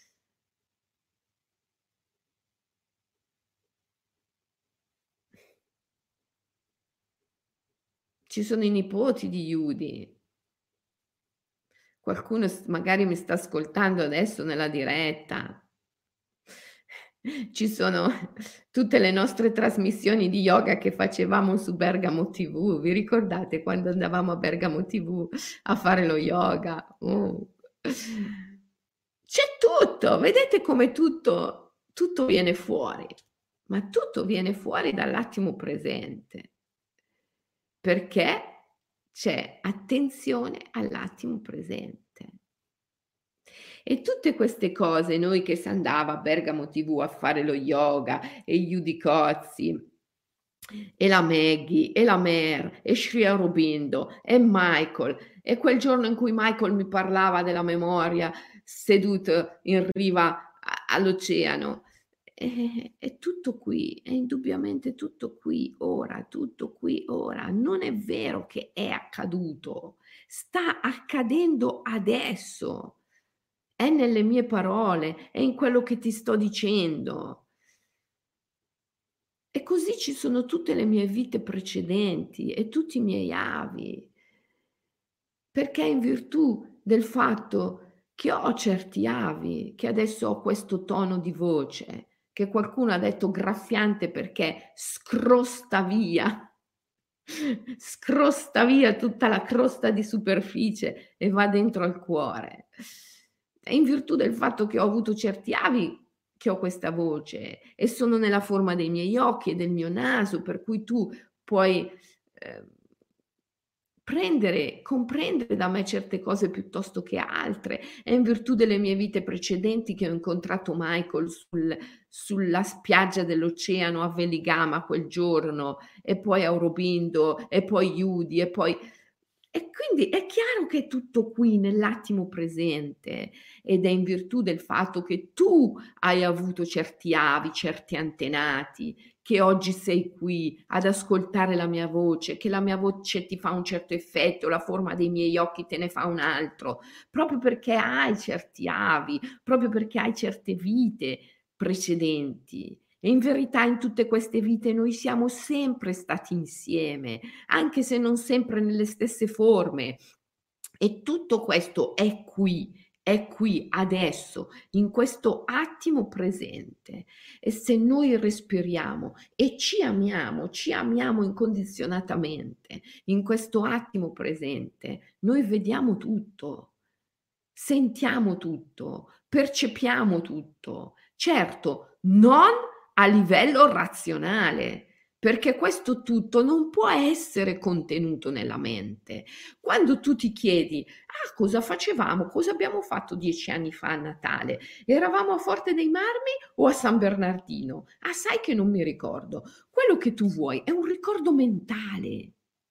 Ci sono i nipoti di Judy. Qualcuno magari mi sta ascoltando adesso nella diretta. Ci sono tutte le nostre trasmissioni di yoga che facevamo su Bergamo T V. Vi ricordate quando andavamo a Bergamo T V a fare lo yoga? Oh. C'è tutto, vedete come tutto, tutto viene fuori, ma tutto viene fuori dall'attimo presente, perché c'è attenzione all'attimo presente. E tutte queste cose, noi che si andava a Bergamo T V a fare lo yoga, e Judy Cozzi, e la Maggie, e la Mare, e Sri Aurobindo, e Michael, e quel giorno in cui Michael mi parlava della memoria seduto in riva all'oceano, è è tutto qui, è indubbiamente tutto qui, ora, tutto qui, ora. Non è vero che è accaduto, sta accadendo adesso. È nelle mie parole, è in quello che ti sto dicendo. E così ci sono tutte le mie vite precedenti e tutti i miei avi. Perché in virtù del fatto che ho certi avi, che adesso ho questo tono di voce, che qualcuno ha detto graffiante perché scrosta via, scrosta via tutta la crosta di superficie e va dentro al cuore. È in virtù del fatto che ho avuto certi avi che ho questa voce e sono nella forma dei miei occhi e del mio naso, per cui tu puoi, ehm prendere comprendere da me certe cose piuttosto che altre. È in virtù delle mie vite precedenti che ho incontrato Michael sul sulla spiaggia dell'oceano a Veligama quel giorno, e poi Aurobindo, e poi Judy, e poi e quindi è chiaro che è tutto qui nell'attimo presente, ed è in virtù del fatto che tu hai avuto certi avi, certi antenati, che oggi sei qui ad ascoltare la mia voce, che la mia voce ti fa un certo effetto, la forma dei miei occhi te ne fa un altro, proprio perché hai certi avi, proprio perché hai certe vite precedenti. E in verità in tutte queste vite noi siamo sempre stati insieme, anche se non sempre nelle stesse forme. E tutto questo è qui, è qui adesso, in questo attimo presente. E se noi respiriamo e ci amiamo, ci amiamo incondizionatamente, in questo attimo presente, noi vediamo tutto, sentiamo tutto, percepiamo tutto. Certo, non a livello razionale, perché questo tutto non può essere contenuto nella mente. Quando tu ti chiedi: "Ah, cosa facevamo? Cosa abbiamo fatto dieci anni fa a Natale? Eravamo a Forte dei Marmi o a San Bernardino? Ah, sai che non mi ricordo." Quello che tu vuoi è un ricordo mentale,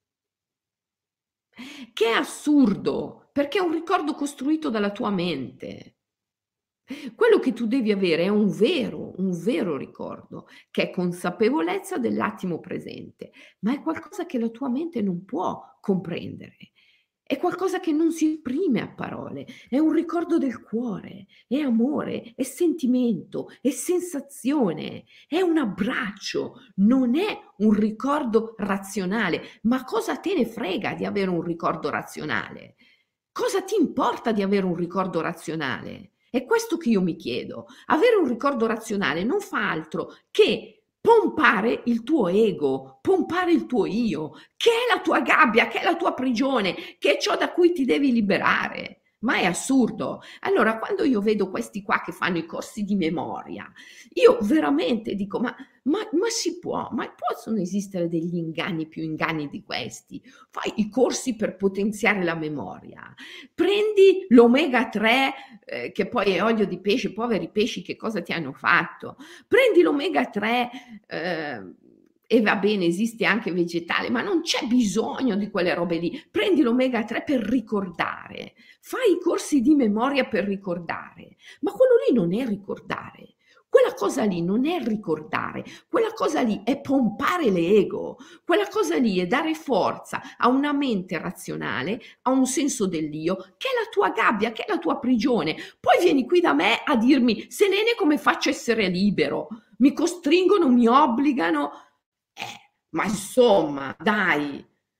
che è assurdo, perché è un ricordo costruito dalla tua mente. Quello che tu devi avere è un vero un vero ricordo, che è consapevolezza dell'attimo presente, ma è qualcosa che la tua mente non può comprendere. È qualcosa che non si esprime a parole, è un ricordo del cuore, è amore, è sentimento, è sensazione, è un abbraccio, non è un ricordo razionale. Ma cosa te ne frega di avere un ricordo razionale? Cosa ti importa di avere un ricordo razionale? È questo che io mi chiedo. Avere un ricordo razionale non fa altro che pompare il tuo ego, pompare il tuo io, che è la tua gabbia, che è la tua prigione, che è ciò da cui ti devi liberare. Ma è assurdo. Allora, quando io vedo questi qua che fanno i corsi di memoria, io veramente dico: ma, ma, ma si può? Ma possono esistere degli inganni più inganni di questi? Fai i corsi per potenziare la memoria, prendi l'omega tre, eh, che poi è olio di pesce, poveri pesci, che cosa ti hanno fatto? Prendi l'omega tre, eh, e va bene, esiste anche vegetale, ma non c'è bisogno di quelle robe lì. Prendi l'omega tre per ricordare, fai i corsi di memoria per ricordare, ma quello lì non è ricordare. Quella cosa lì non è ricordare, quella cosa lì è pompare l'ego, quella cosa lì è dare forza a una mente razionale, a un senso dell'io, che è la tua gabbia, che è la tua prigione. Poi vieni qui da me a dirmi: Selene, come faccio a essere libero? Mi costringono, mi obbligano. Eh, ma insomma, dai.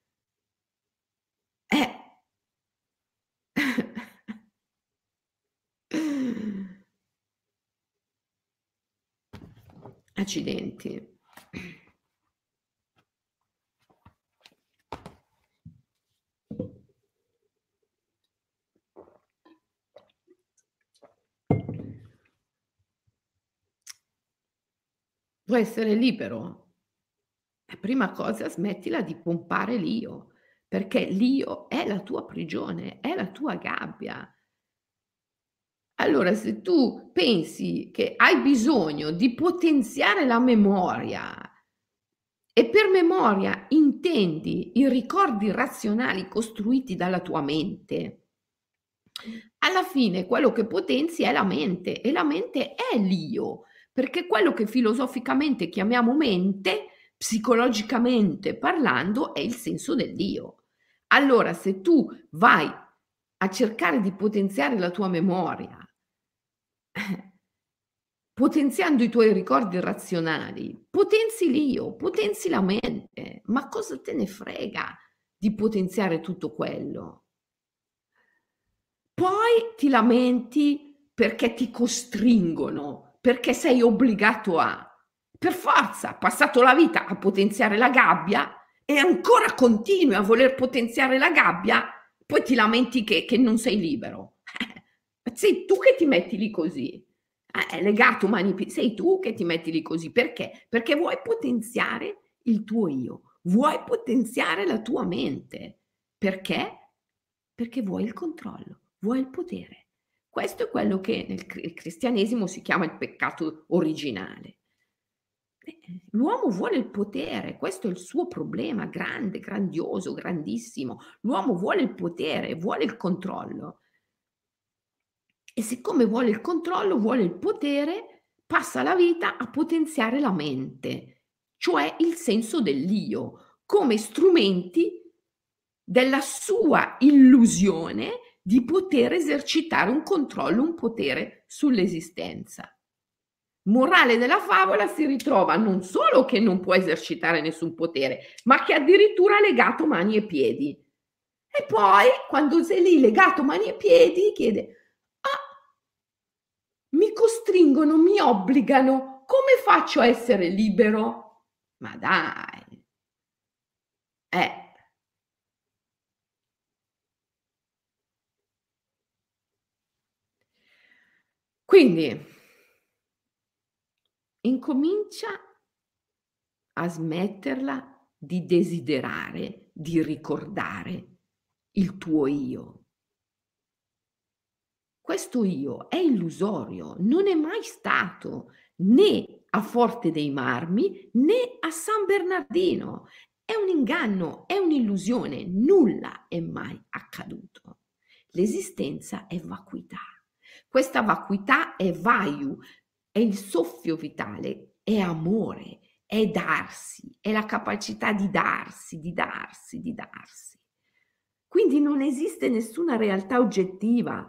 Eh. Accidenti. Vuoi essere libero? La prima cosa, smettila di pompare l'io, perché l'io è la tua prigione, è la tua gabbia. Allora, se tu pensi che hai bisogno di potenziare la memoria e per memoria intendi i ricordi razionali costruiti dalla tua mente, alla fine quello che potenzi è la mente, e la mente è l'io, perché quello che filosoficamente chiamiamo mente, psicologicamente parlando, è il senso dell'io. Allora, se tu vai a cercare di potenziare la tua memoria, potenziando i tuoi ricordi razionali, potenzi l'io, potenzi la mente, ma cosa te ne frega di potenziare tutto quello? Poi ti lamenti perché ti costringono, perché sei obbligato a. Per forza, passato la vita a potenziare la gabbia e ancora continui a voler potenziare la gabbia, poi ti lamenti che, che non sei libero. Sei tu che ti metti lì così. Eh, legato mani, pi- sei tu che ti metti lì così. Perché? Perché vuoi potenziare il tuo io, vuoi potenziare la tua mente. Perché? Perché vuoi il controllo, vuoi il potere. Questo è quello che nel cri- cristianesimo si chiama il peccato originale. Eh, L'uomo vuole il potere, questo è il suo problema grande, grandioso, grandissimo. L'uomo vuole il potere, vuole il controllo. E siccome vuole il controllo, vuole il potere, passa la vita a potenziare la mente, cioè il senso dell'io, come strumenti della sua illusione di poter esercitare un controllo, un potere sull'esistenza. Morale della favola, si ritrova non solo che non può esercitare nessun potere, ma che addirittura ha legato mani e piedi. E poi, quando sei lì legato mani e piedi, chiede: ah, mi costringono, mi obbligano, come faccio a essere libero? Ma dai, eh. Quindi incomincia a smetterla di desiderare, di ricordare il tuo io. Questo io è illusorio, non è mai stato né a Forte dei Marmi né a San Bernardino. È un inganno, è un'illusione, nulla è mai accaduto. L'esistenza è vacuità. Questa vacuità è vayu, è il soffio vitale, è amore, è darsi, è la capacità di darsi, di darsi, di darsi. Quindi non esiste nessuna realtà oggettiva.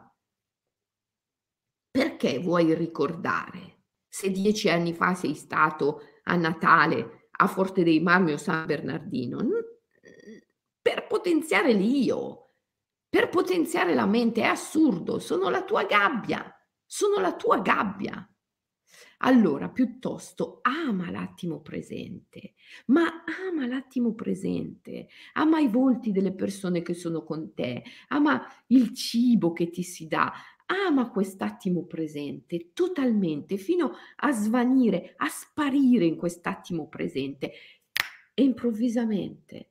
Perché vuoi ricordare? Se dieci anni fa sei stato a Natale a Forte dei Marmi o San Bernardino, n- per potenziare l'io, per potenziare la mente, è assurdo, sono la tua gabbia, sono la tua gabbia. Allora, piuttosto ama l'attimo presente, ma ama l'attimo presente, ama i volti delle persone che sono con te, ama il cibo che ti si dà, ama quest'attimo presente totalmente, fino a svanire, a sparire in quest'attimo presente. E improvvisamente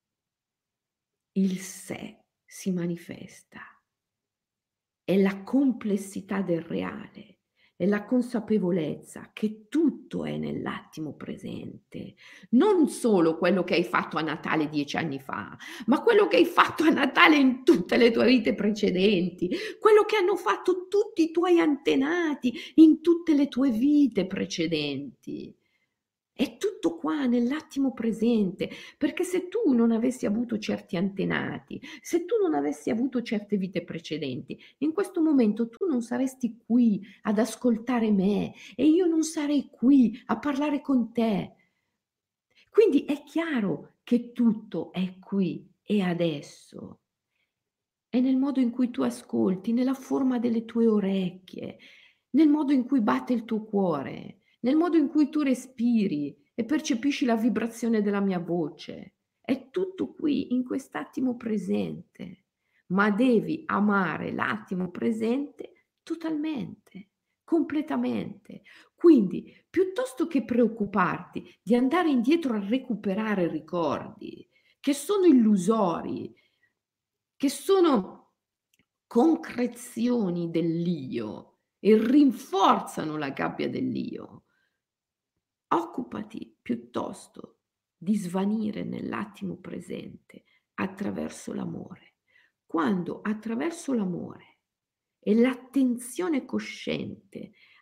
il sé si manifesta. È la complessità del reale, è la consapevolezza che tutto è nell'attimo presente, non solo quello che hai fatto a Natale dieci anni fa, ma quello che hai fatto a Natale in tutte le tue vite precedenti, quello che hanno fatto tutti i tuoi antenati in tutte le tue vite precedenti. È tutto qua nell'attimo presente, perché se tu non avessi avuto certi antenati, se tu non avessi avuto certe vite precedenti, in questo momento tu non saresti qui ad ascoltare me e io non sarei qui a parlare con te. Quindi è chiaro che tutto è qui e adesso. È nel modo in cui tu ascolti, nella forma delle tue orecchie, nel modo in cui batte il tuo cuore, nel modo in cui tu respiri e percepisci la vibrazione della mia voce. È tutto qui, in quest'attimo presente. Ma devi amare l'attimo presente totalmente, completamente. Quindi, piuttosto che preoccuparti di andare indietro a recuperare ricordi che sono illusori, che sono concrezioni dell'io e rinforzano la gabbia dell'io. Occupati piuttosto di svanire nell'attimo presente attraverso l'amore. Quando attraverso l'amore e l'attenzione cosciente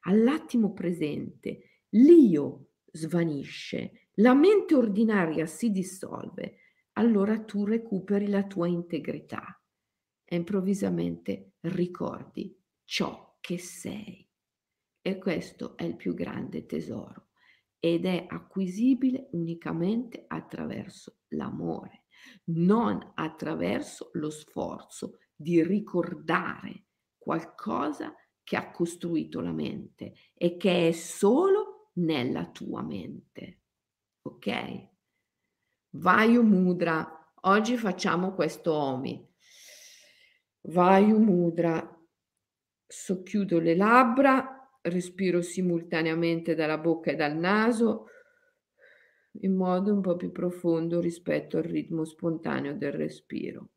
all'attimo presente, l'io svanisce, la mente ordinaria si dissolve, allora tu recuperi la tua integrità e improvvisamente ricordi ciò che sei. E questo è il più grande tesoro ed è acquisibile unicamente attraverso l'amore, non attraverso lo sforzo di ricordare qualcosa che ha costruito la mente e che è solo nella tua mente. Ok? Vayu Mudra. Oggi facciamo questo Omi. Vayu Mudra. Socchiudo le labbra, respiro simultaneamente dalla bocca e dal naso in modo un po' più profondo rispetto al ritmo spontaneo del respiro.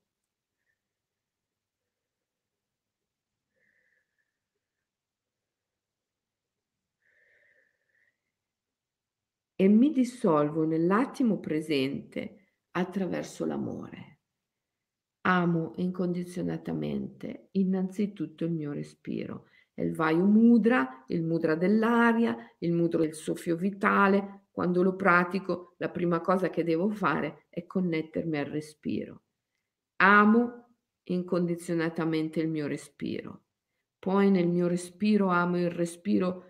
E mi dissolvo nell'attimo presente attraverso l'amore. Amo incondizionatamente innanzitutto il mio respiro. È il Vayu Mudra, il mudra dell'aria, il mudra del soffio vitale. Quando lo pratico, la prima cosa che devo fare è connettermi al respiro. Amo incondizionatamente il mio respiro. Poi nel mio respiro amo il respiro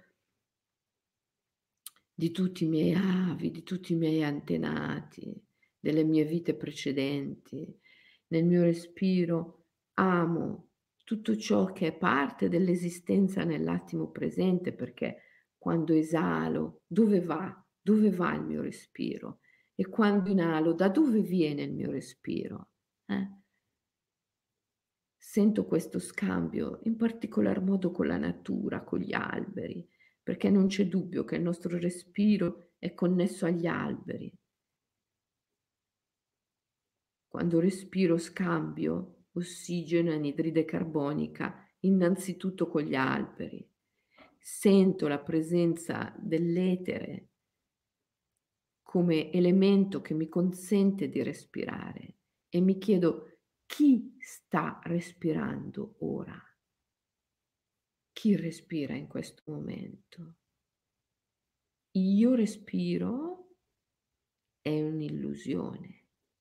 di tutti i miei avi, di tutti i miei antenati, delle mie vite precedenti. Nel mio respiro amo tutto ciò che è parte dell'esistenza nell'attimo presente, perché quando esalo, dove va? Dove va il mio respiro? E quando inalo, da dove viene il mio respiro? Eh? Sento questo scambio, in particolar modo con la natura, con gli alberi, perché non c'è dubbio che il nostro respiro è connesso agli alberi. Quando respiro scambio ossigeno e anidride carbonica innanzitutto con gli alberi. Sento la presenza dell'etere come elemento che mi consente di respirare e mi chiedo chi sta respirando ora? Chi respira in questo momento? Io respiro è un'illusione.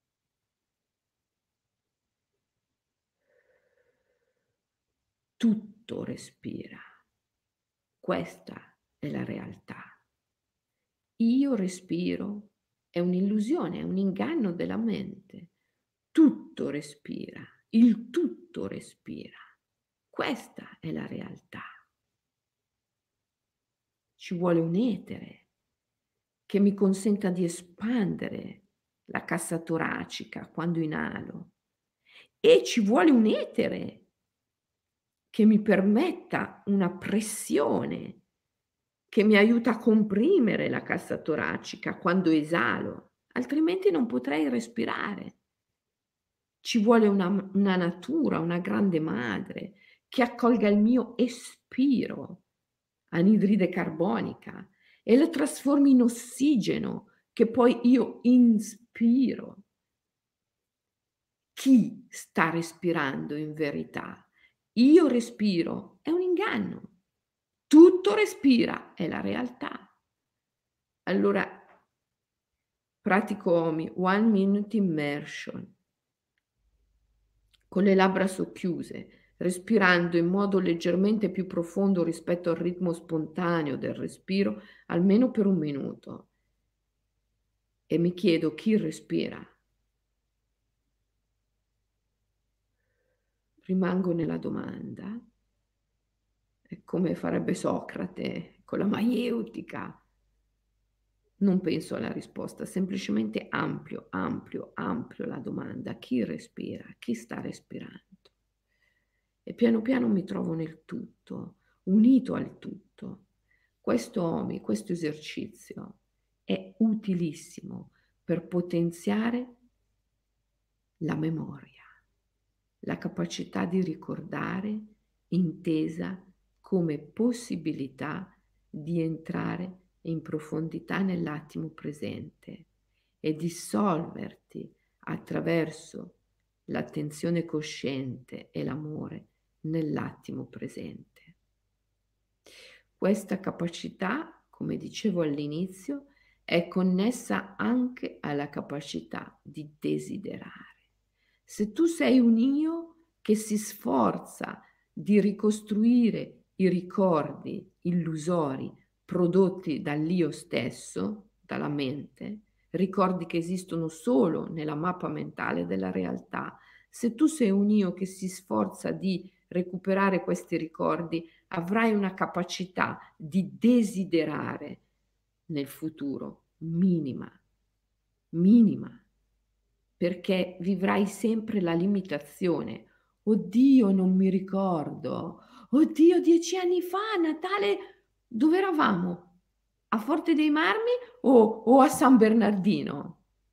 Tutto respira. Questa è la realtà. Io respiro è un'illusione, è un inganno della mente. Tutto respira, il tutto respira. Questa è la realtà. Ci vuole un etere che mi consenta di espandere la cassa toracica quando inalo e ci vuole un etere che mi permetta una pressione che mi aiuta a comprimere la cassa toracica quando esalo, altrimenti non potrei respirare. Ci vuole una, una natura, una grande madre che accolga il mio espiro, anidride carbonica, e la trasformi in ossigeno che poi io inspiro. Chi sta respirando in verità? Io respiro, è un inganno. Tutto respira, è la realtà. Allora, pratico Omi, one minute immersion, con le labbra socchiuse, respirando in modo leggermente più profondo rispetto al ritmo spontaneo del respiro, almeno per un minuto. E mi chiedo chi respira. Rimango nella domanda, è come farebbe Socrate con la maieutica. Non penso alla risposta, semplicemente ampio, ampio, ampio la domanda. Chi respira? Chi sta respirando? E piano piano mi trovo nel tutto, unito al tutto. Questo Omi, questo esercizio è utilissimo per potenziare la memoria, la capacità di ricordare intesa come possibilità di entrare in profondità nell'attimo presente e dissolverti attraverso l'attenzione cosciente e l'amore nell'attimo presente. Questa capacità, come dicevo all'inizio, è connessa anche alla capacità di desiderare. Se tu sei un io che si sforza di ricostruire i ricordi illusori prodotti dall'io stesso, dalla mente, ricordi che esistono solo nella mappa mentale della realtà, se tu sei un io che si sforza di recuperare questi ricordi, avrai una capacità di desiderare nel futuro minima, minima, perché vivrai sempre la limitazione. Oddio, non mi ricordo. Oddio, dieci anni fa, a Natale, dove eravamo? A Forte dei Marmi o, o a San Bernardino?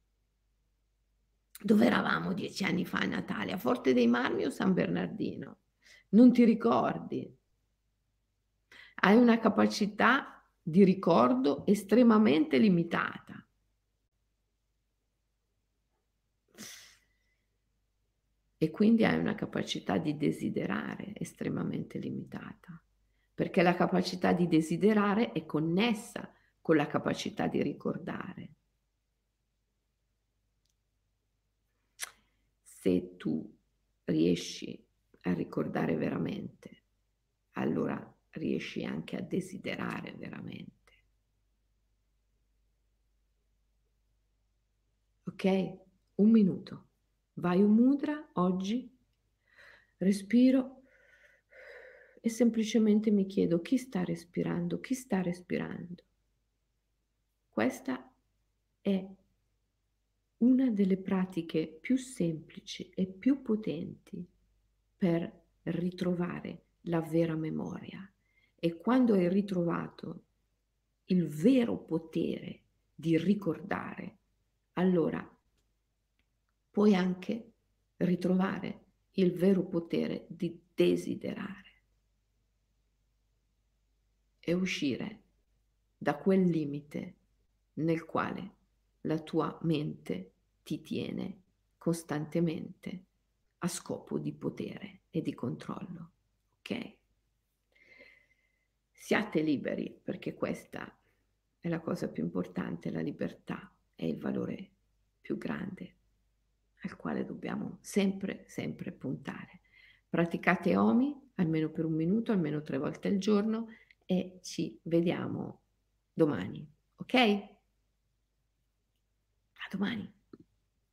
Dove eravamo dieci anni fa a Natale? A Forte dei Marmi o San Bernardino? Non ti ricordi? Hai una capacità di ricordo estremamente limitata. E quindi hai una capacità di desiderare estremamente limitata, perché la capacità di desiderare è connessa con la capacità di ricordare. Se tu riesci a ricordare veramente, allora riesci anche a desiderare veramente. Ok? Un minuto. Vai un mudra oggi, respiro e semplicemente mi chiedo chi sta respirando, chi sta respirando. Questa è una delle pratiche più semplici e più potenti per ritrovare la vera memoria. E quando hai ritrovato il vero potere di ricordare, allora puoi anche ritrovare il vero potere di desiderare e uscire da quel limite nel quale la tua mente ti tiene costantemente a scopo di potere e di controllo. Ok? Siate liberi, perché questa è la cosa più importante, la libertà è il valore più grande al quale dobbiamo sempre, sempre puntare. Praticate Omi almeno per un minuto, almeno tre volte al giorno e ci vediamo domani, ok? A domani.